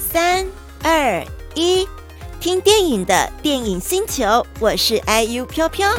3、2、1，听电影的电影星球，我是 IU 飘飘。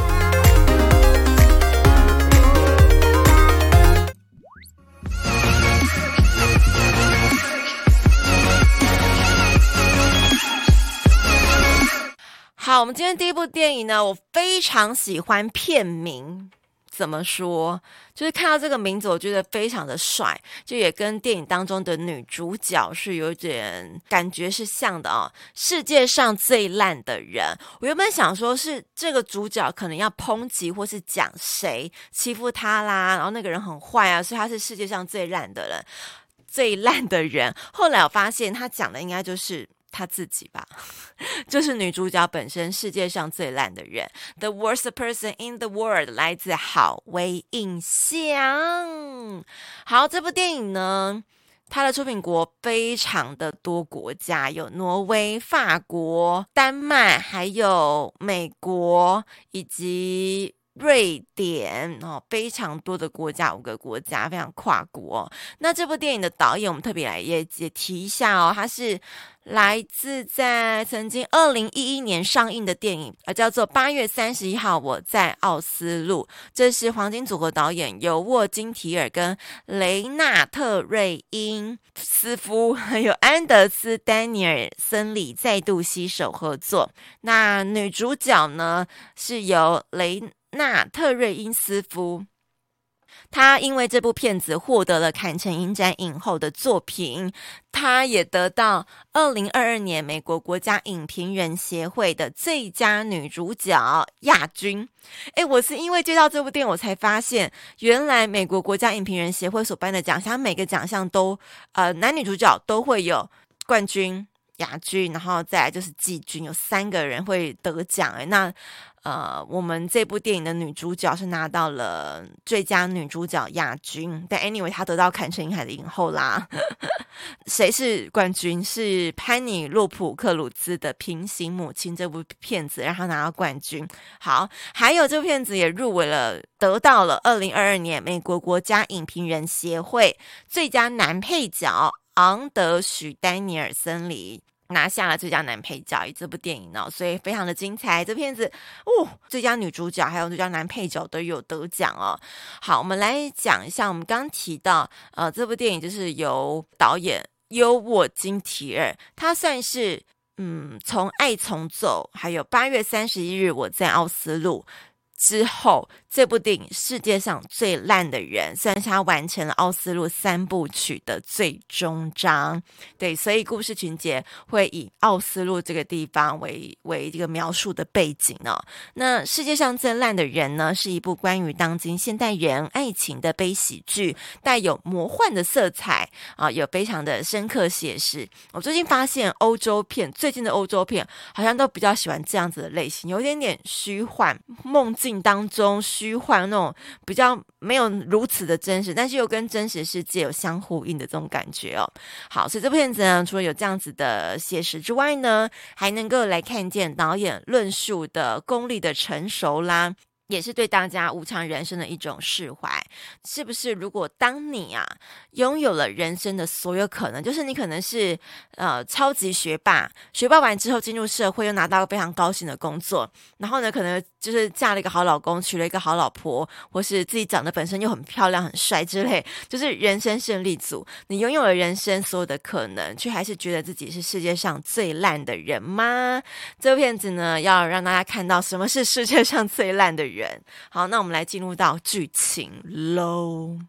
好，我们今天第一部电影呢，我非常喜欢片名。怎么说？就是看到这个名字，我觉得非常的帅，就也跟电影当中的女主角是有点感觉是像的哦。世界上最烂的人，我原本想说是这个主角可能要抨击或是讲谁欺负他啦，然后那个人很坏啊，所以他是世界上最烂的人，最烂的人。后来我发现他讲的应该就是他自己吧，就是女主角本身，世界上最烂的人 The worst person in the world 来自好微印象。好，这部电影呢，它的出品国非常的多国家，有挪威、法国、丹麦，还有美国以及瑞典哦，非常多的国家，5个国家，非常跨国哦。那这部电影的导演，我们特别来也提一下哦，他是来自在曾经2011年上映的电影，叫做8月31号我在奥斯陆。这是黄金组合导演尤沃金提尔跟雷纳特瑞因斯夫还有安德斯丹尼尔森里再度携手合作。那女主角呢是由雷纳特瑞因斯夫，他因为这部片子获得了坎城影展影后的作品，他也得到2022年美国国家影评人协会的最佳女主角亚军。我是因为接到这部电影我才发现，原来美国国家影评人协会所颁的奖项，每个奖项都男女主角都会有冠军、亚军，然后再来就是季军，有3个人会得奖。那我们这部电影的女主角是拿到了最佳女主角亚军，但 anyway 她得到坎城影海的影后啦。谁是冠军？是潘妮洛普克鲁兹的《平行母亲》这部片子让她拿到冠军。好，还有这部片子也入围了，得到了2022年美国国家影评人协会最佳男配角昂德许丹尼尔森里拿下了最佳男配角，以这部电影呢，所以非常的精彩。这片子最佳女主角还有最佳男配角都有得奖哦。好，我们来讲一下，我们刚刚提到这部电影就是由导演尤沃金提尔，他算是从爱从走还有8月31日我在奥斯陆之后，这部电影世界上最烂的人算是他完成了奥斯陆3部曲的最终章。对，所以故事情节会以奥斯陆这个地方为这个描述的背景哦。那世界上最烂的人呢，是一部关于当今现代人爱情的悲喜剧，带有魔幻的色彩啊，有非常的深刻写实。我最近发现最近的欧洲片好像都比较喜欢这样子的类型，有一点点虚幻，梦境当中虚幻那种比较没有如此的真实，但是又跟真实世界有相呼应的这种感觉哦。好，所以这部片子呢，除了有这样子的写实之外呢，还能够来看见导演论述的功力的成熟啦，也是对大家无常人生的一种释怀。是不是如果当你拥有了人生的所有可能，就是你可能是超级学霸，学霸完之后进入社会又拿到非常高薪的工作，然后呢可能就是嫁了一个好老公，娶了一个好老婆，或是自己长得本身又很漂亮很帅之类，就是人生胜利组。你拥有了人生所有的可能，却还是觉得自己是世界上最烂的人吗？这部片子呢，要让大家看到什么是世界上最烂的人。好，那我们来进入到剧情喽。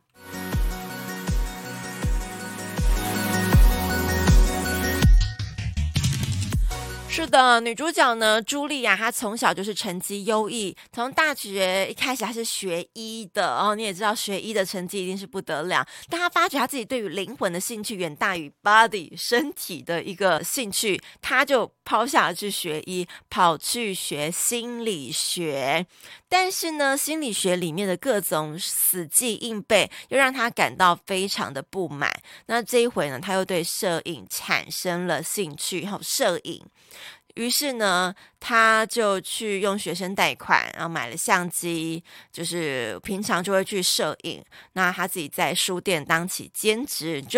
是的，女主角呢，茱莉亚，她从小就是成绩优异，从大学一开始她是学医的哦，你也知道学医的成绩一定是不得了，但她发觉她自己对于灵魂的兴趣远大于 body 身体的一个兴趣，她就抛下了去学医，跑去学心理学。但是呢，心理学里面的各种死记硬背又让她感到非常的不满。那这一回呢，她又对摄影产生了兴趣，摄影。于是呢，他就去用学生贷款，然后买了相机，就是平常就会去摄影。那他自己在书店当起兼职，就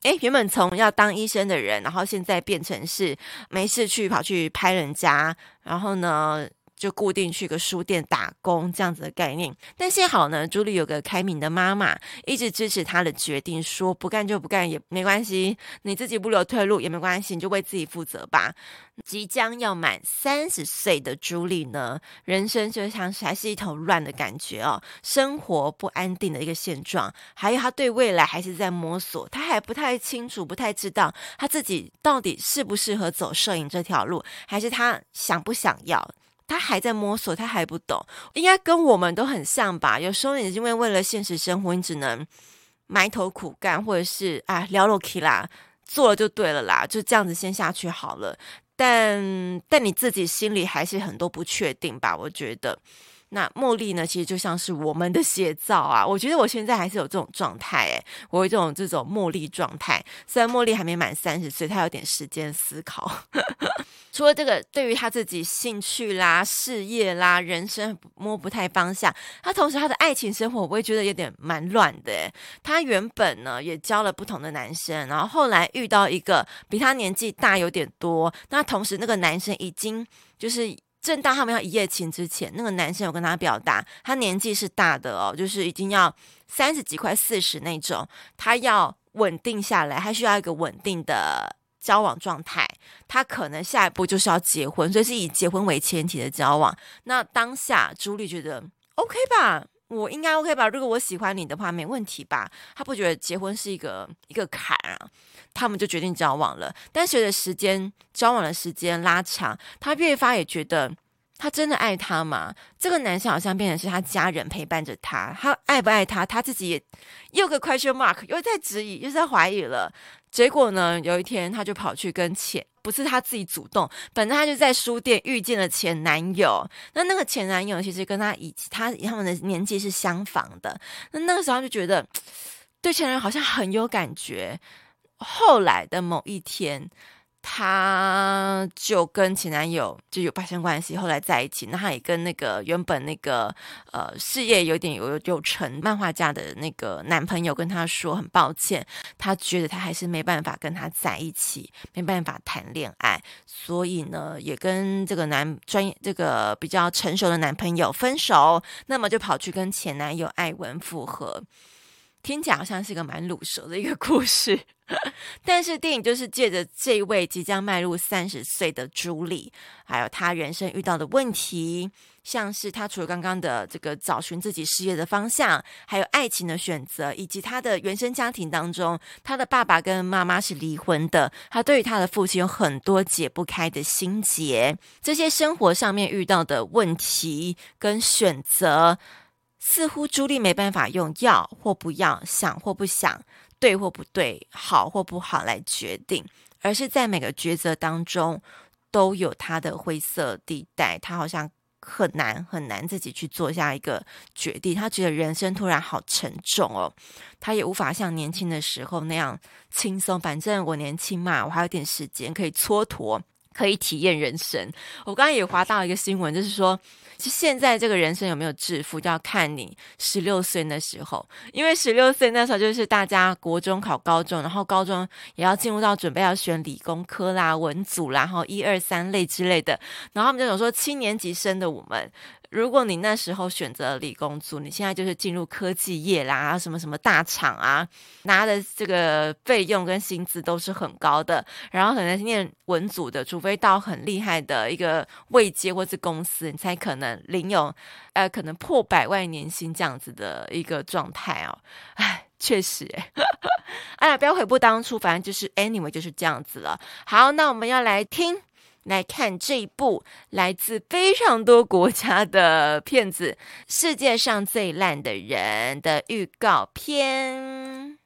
原本从要当医生的人，然后现在变成是没事跑去拍人家，然后呢就固定去个书店打工这样子的概念。但幸好呢，朱莉有个开明的妈妈，一直支持她的决定，说不干就不干也没关系，你自己不留退路也没关系，你就为自己负责吧。即将要满30岁的朱莉呢，人生就像是还是一头乱的感觉哦，生活不安定的一个现状，还有她对未来还是在摸索，她还不太清楚，不太知道她自己到底适不适合走摄影这条路，还是她想不想要。他还在摸索，他还不懂，应该跟我们都很像吧。有时候你因为了现实生活，你只能埋头苦干，或者是了落去啦，做了就对了啦，就这样子先下去好了。但你自己心里还是很多不确定吧，我觉得。那茉莉呢，其实就像是我们的写照啊，我觉得我现在还是有这种状态我有这种茉莉状态。虽然茉莉还没满30岁，她有点时间思考。除了这个，对于她自己兴趣啦、事业啦、人生摸不太方向，她同时她的爱情生活，我会觉得有点蛮乱的她原本呢也交了不同的男生，然后后来遇到一个比她年纪大有点多，那同时那个男生已经就是正当他们要一夜情之前，那个男生有跟他表达，他年纪是大的哦，就是已经要30几快40那种，他要稳定下来，他需要一个稳定的交往状态，他可能下一步就是要结婚，所以是以结婚为前提的交往。那当下朱莉觉得 OK 吧，我应该 OK 吧，如果我喜欢你的话没问题吧，他不觉得结婚是一个坎啊，他们就决定交往了。但随着交往的时间拉长，他越发也觉得他真的爱他吗？这个男生好像变成是他家人陪伴着他，他爱不爱他，他自己也有个 question mark， 又在质疑，又在怀疑了。结果呢，有一天他就跑去跟不是他自己主动，反正他就在书店遇见了前男友。那个前男友其实跟他们的年纪是相仿的。那个时候他就觉得对前男友好像很有感觉。后来的某一天，他就跟前男友就有发生关系，后来在一起。那他也跟那个原本那个事业有点有成漫画家的那个男朋友跟他说很抱歉，他觉得他还是没办法跟他在一起，没办法谈恋爱，所以呢也跟这个这个比较成熟的男朋友分手，那么就跑去跟前男友爱文复合。听起来好像是一个蛮鲁蛇的一个故事，但是电影就是借着这位即将迈入30岁的朱莉，还有她人生遇到的问题，像是她除了刚刚的这个找寻自己事业的方向，还有爱情的选择，以及她的原生家庭当中，她的爸爸跟妈妈是离婚的，她对于她的父亲有很多解不开的心结，这些生活上面遇到的问题跟选择，似乎朱莉没办法用要或不要、想或不想、对或不对、好或不好来决定，而是在每个抉择当中都有她的灰色地带，她好像很难自己去做下一个决定，她觉得人生突然好沉重哦，她也无法像年轻的时候那样轻松，反正我年轻嘛，我还有点时间可以蹉跎，可以体验人生。我刚刚也滑到一个新闻，就是说其实现在这个人生有没有致富，就要看你16岁那时候，因为16岁那时候就是大家国中考高中，然后高中也要进入到准备要选理工科啦、文组啦，然后1、2、3类之类的，然后他们就想说7年级生的我们，如果你那时候选择理工组，你现在就是进入科技业啦，什么什么大厂啊，拿的这个费用跟薪资都是很高的，然后可能念文组的，除非到很厉害的一个位阶或是公司，你才可能领有可能破100万年薪这样子的一个状态哦。唉，确实哎呀，不要悔不当初，反正就是 anyway 就是这样子了。好，那我们要来看这一部来自非常多国家的片子《世界上最烂的人》的预告片。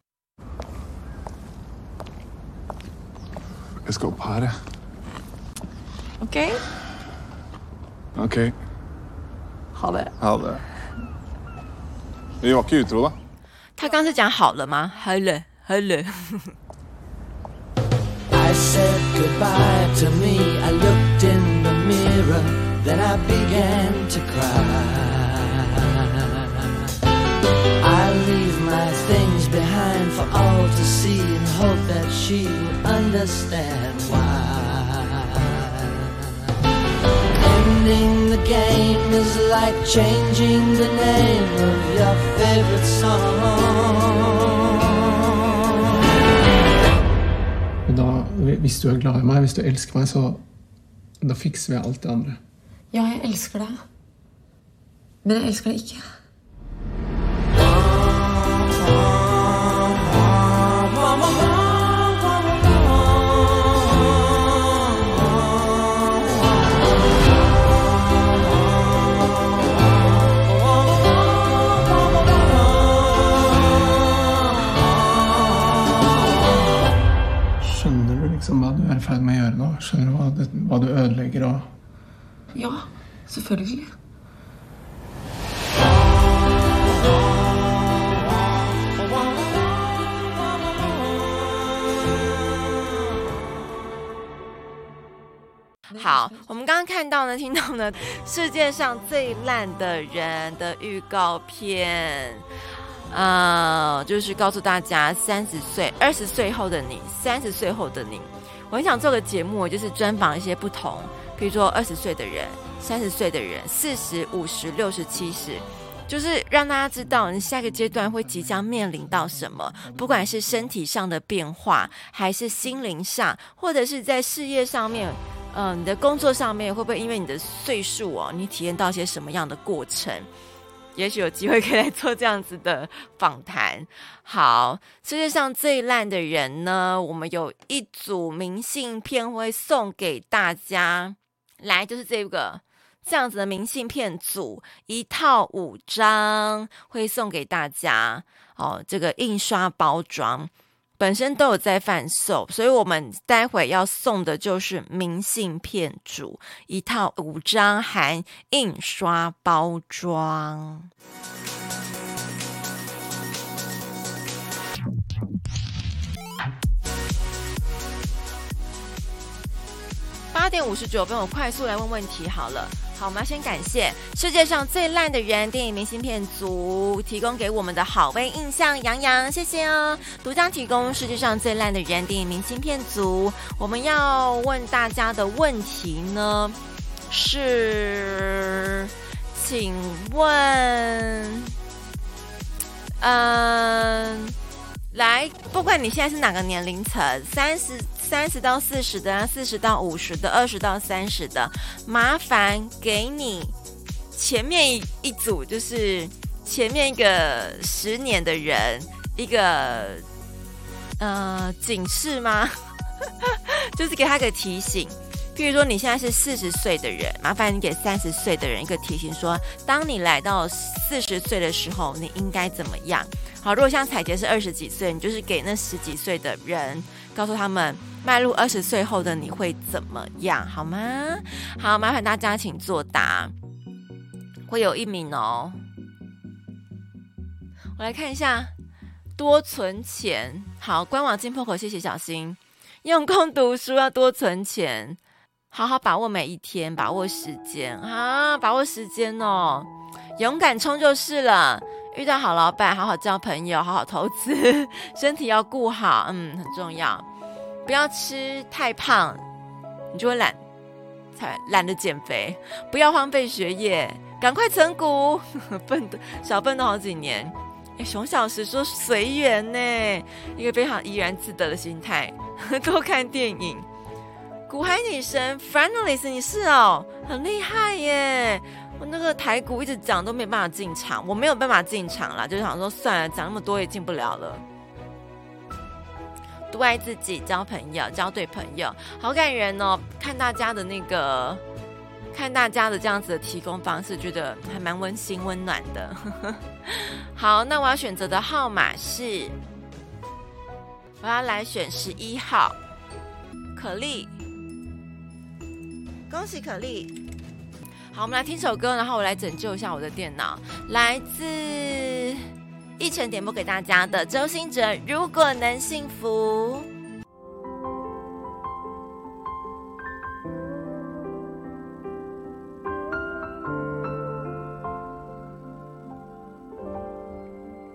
Let's go party. OK. OK. 好的。 Vi åker ut då? 他刚是讲好了吗？好了。 I said goodbye to me. I looked in the mirror, then I began to cry. I leave my things behind for all to see and hope that she would understand why. Ending the game is like changing the name of your favorite song. Da, hvis du glad i meg, hvis du elsker meg, så da fikser vi alt det andre. Ja, jeg elsker deg. Men jeg elsker deg ikke. Skjønner du liksom hva du er i ferd med å gjøre nå? Skjønner du hva du ødelegger og... Ja, selvfølgelig. 好，我们刚刚看到呢，听到呢，世界上最烂的人的预告片，就是告诉大家20岁后的你，30岁后的你。我很想做个节目，就是专访一些不同，比如说20岁的人、30岁的人、40、50、60、70。就是让大家知道你下个阶段会即将面临到什么，不管是身体上的变化，还是心灵上，或者是在事业上面，你的工作上面会不会因为你的岁数哦，你体验到些什么样的过程？也许有机会可以来做这样子的访谈。好，世界上最烂的人呢，我们有一组明信片会送给大家，来就是这样子的明信片组，1套5张会送给大家哦。这个印刷包装本身都有在贩售，所以我们待会要送的就是明信片组，1套5张含印刷包装。8点59分，我快速来问问题好了。好，我们要先感谢世界上最烂的人电影明信片组提供给我们的好味印象，杨洋，谢谢哦。独家提供世界上最烂的人电影明信片组。我们要问大家的问题呢是，请问，来，不管你现在是哪个年龄层，30到40的，40到50的，20到30的，麻烦给你前面一组，就是前面一个10年的人一个警示吗？就是给他个提醒。譬如说你现在是40岁的人，麻烦你给30岁的人一个提醒说，当你来到40岁的时候，你应该怎么样？好，如果像彩杰是20几岁，你就是给那10几岁的人，告诉他们迈入20岁后的你会怎么样，好吗？好，麻烦大家请作答，会有1名哦。我来看一下，多存钱。好，官网进破口，谢谢小新。用功读书要多存钱，好好把握每一天，把握时间啊，把握时间哦，勇敢冲就是了。遇到好老板，好好交朋友，好好投资，身体要顾好，很重要。不要吃太胖，你就会懒得减肥。不要荒废学业，赶快存股，少奋斗好几年。熊小石说随缘呢，一个非常怡然自得的心态。多看电影。股海女神 Franelis， 你是哦，很厉害耶。我那个台股一直涨都没办法进场，我没有办法进场啦，就是想说算了，涨那么多也进不了了。多爱自己，交朋友，交对朋友，好感人哦！看大家的这样子的提供方式，觉得还蛮温馨温暖的。好，那我要选择的号码是，我要来选11号，可丽，恭喜可丽。好，我们来听首歌，然后我来拯救一下我的电脑。来自奕晨点播给大家的周兴哲《如果能幸福》。